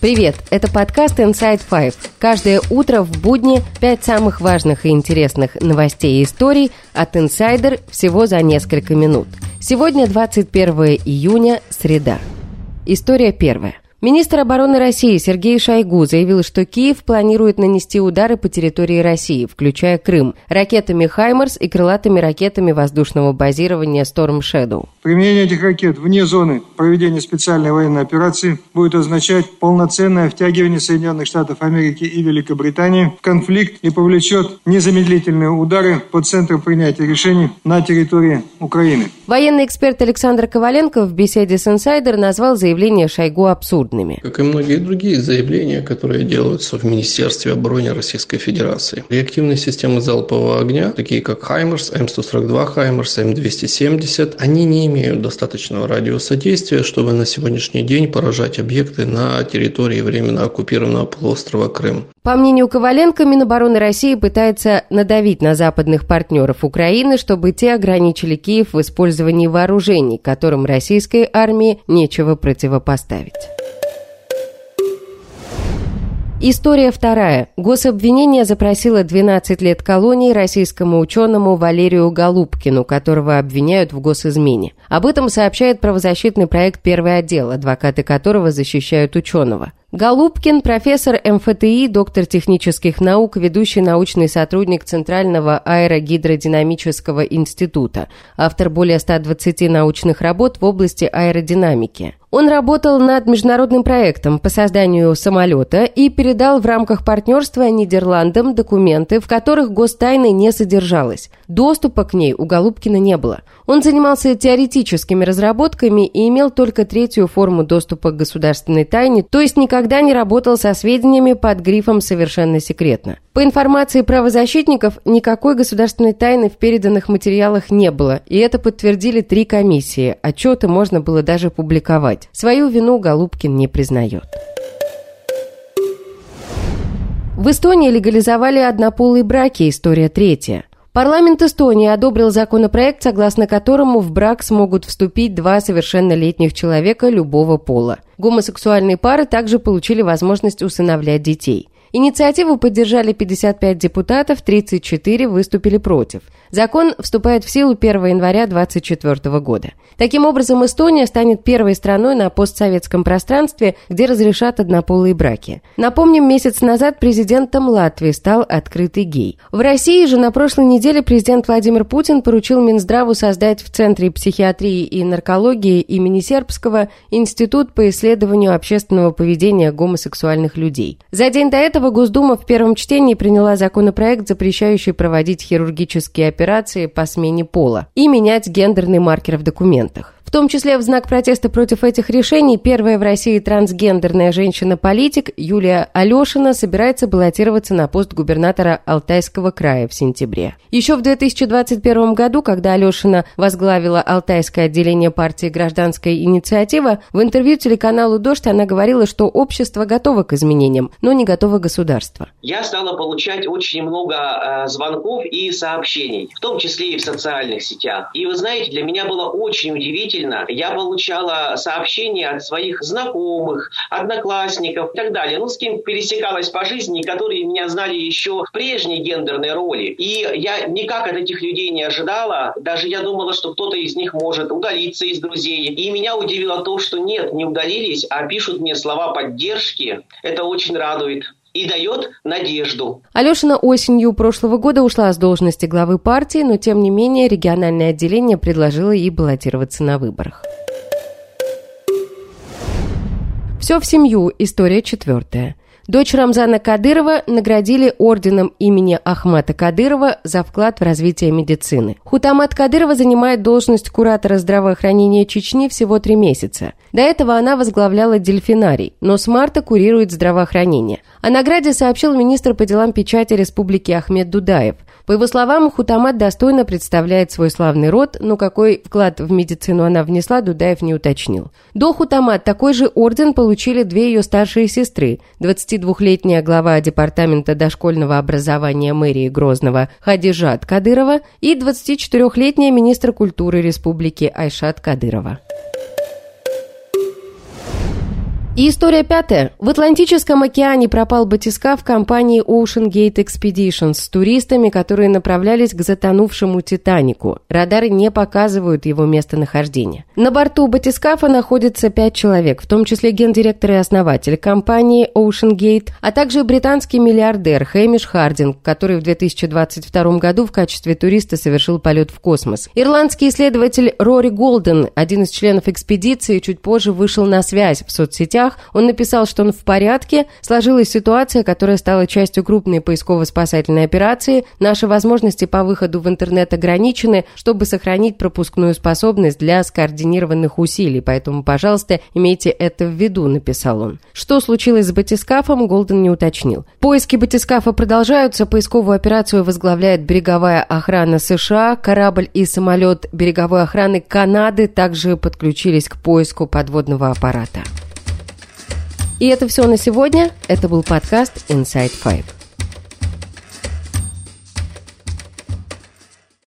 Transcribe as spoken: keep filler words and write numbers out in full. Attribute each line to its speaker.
Speaker 1: Привет, это подкаст Inside Five. Каждое утро в будни пять самых важных и интересных новостей и историй от Insider всего за несколько минут. Сегодня двадцать первое июня, среда. История первая. Министр обороны России Сергей Шойгу заявил, что Киев планирует нанести удары по территории России, включая Крым, ракетами «Хаймарс» и крылатыми ракетами воздушного базирования «Storm Shadow».
Speaker 2: Применение этих ракет вне зоны проведения специальной военной операции будет означать полноценное втягивание Соединенных Штатов Америки и Великобритании в конфликт и повлечет незамедлительные удары по центру принятия решений на территории Украины.
Speaker 1: Военный эксперт Александр Коваленко в беседе с «Инсайдер» назвал заявление Шойгу абсурдным.
Speaker 3: Как и многие другие заявления, которые делаются в Министерстве обороны Российской Федерации. Реактивные системы залпового огня, такие как «Хаймарс», эм сто сорок два «Хаймарс», эм двести семьдесят, они не имеют достаточного радиуса действия, чтобы на сегодняшний день поражать объекты на территории временно оккупированного полуострова Крым.
Speaker 1: По мнению Коваленко, Минобороны России пытается надавить на западных партнеров Украины, чтобы те ограничили Киев в использовании вооружений, которым российской армии нечего противопоставить. История вторая. Гособвинение запросило двенадцать лет колонии российскому ученому Валерию Голубкину, которого обвиняют в госизмене. Об этом сообщает правозащитный проект «Первый отдел», адвокаты которого защищают ученого. Голубкин – профессор эм эф тэ и, доктор технических наук, ведущий научный сотрудник Центрального аэрогидродинамического института, автор более ста двадцати научных работ в области аэродинамики. Он работал над международным проектом по созданию самолета и передал в рамках партнерства Нидерландам документы, в которых гостайны не содержалось. Доступа к ней у Голубкина не было. Он занимался теоретическими разработками и имел только третью форму доступа к государственной тайне, то есть никогда не работал со сведениями под грифом «совершенно секретно». По информации правозащитников, никакой государственной тайны в переданных материалах не было, и это подтвердили три комиссии. Отчеты можно было даже публиковать. Свою вину Голубкин не признает. В Эстонии легализовали однополые браки, история третья. Парламент Эстонии одобрил законопроект, согласно которому в брак смогут вступить два совершеннолетних человека любого пола. Гомосексуальные пары также получили возможность усыновлять детей. Инициативу поддержали пятьдесят пять депутатов, тридцать четыре выступили против. Закон вступает в силу первого января две тысячи двадцать четвёртого года. Таким образом, Эстония станет первой страной на постсоветском пространстве, где разрешат однополые браки. Напомним, месяц назад президентом Латвии стал открытый гей. В России же на прошлой неделе президент Владимир Путин поручил Минздраву создать в Центре психиатрии и наркологии имени Сербского институт по исследованию общественного поведения гомосексуальных людей. За день до этого Госдума в первом чтении приняла законопроект, запрещающий проводить хирургические операции по смене пола и менять гендерный маркер в документах. В том числе в знак протеста против этих решений первая в России трансгендерная женщина-политик Юлия Алешина собирается баллотироваться на пост губернатора Алтайского края в сентябре. Еще в две тысячи двадцать первом году, когда Алешина возглавила Алтайское отделение партии «Гражданская инициатива», в интервью телеканалу «Дождь» она говорила, что общество готово к изменениям, но не готово государство.
Speaker 4: Я стала получать очень много э, звонков и сообщений, в том числе и в социальных сетях. И вы знаете, для меня было очень удивительно. Я получала сообщения от своих знакомых, одноклассников и так далее, ну, с кем пересекалась по жизни, которые меня знали еще в прежней гендерной роли. И я никак от этих людей не ожидала, даже я думала, что кто-то из них может удалиться из друзей. И меня удивило то, что нет, не удалились, а пишут мне слова поддержки. Это очень радует и дает надежду.
Speaker 1: Алешина осенью прошлого года ушла с должности главы партии, но тем не менее региональное отделение предложило ей баллотироваться на выборах. Все в семью. История четвертая. Дочь Рамзана Кадырова наградили орденом имени Ахмата Кадырова за вклад в развитие медицины. Хутамат Кадырова занимает должность куратора здравоохранения Чечни всего три месяца. До этого она возглавляла дельфинарий, но с марта курирует здравоохранение. О награде сообщил министр по делам печати республики Ахмед Дудаев. По его словам, Хутамат достойно представляет свой славный род, но какой вклад в медицину она внесла, Дудаев не уточнил. До Хутамат такой же орден получили две ее старшие сестры – двадцатидвухлетняя глава департамента дошкольного образования мэрии Грозного Хадижат Кадырова и двадцатичетырехлетняя министр культуры республики Айшат Кадырова. И история пятая. В Атлантическом океане пропал батискаф компании Ocean Gate Expeditions с туристами, которые направлялись к затонувшему «Титанику». Радары не показывают его местонахождение. На борту батискафа находится пять человек, в том числе гендиректор и основатель компании Ocean Gate, а также британский миллиардер Хэмиш Хардинг, который в две тысячи двадцать втором году в качестве туриста совершил полет в космос. Ирландский исследователь Рори Голден, один из членов экспедиции, чуть позже вышел на связь в соцсетях. Он написал, что он в порядке, сложилась ситуация, которая стала частью крупной поисково-спасательной операции. Наши возможности по выходу в интернет ограничены, чтобы сохранить пропускную способность для скоординированных усилий, поэтому, пожалуйста, имейте это в виду, написал он. Что случилось с батискафом, Голден не уточнил. Поиски батискафа продолжаются, поисковую операцию возглавляет береговая охрана США, корабль и самолет береговой охраны Канады также подключились к поиску подводного аппарата. И это все на сегодня. Это был подкаст Inside Five.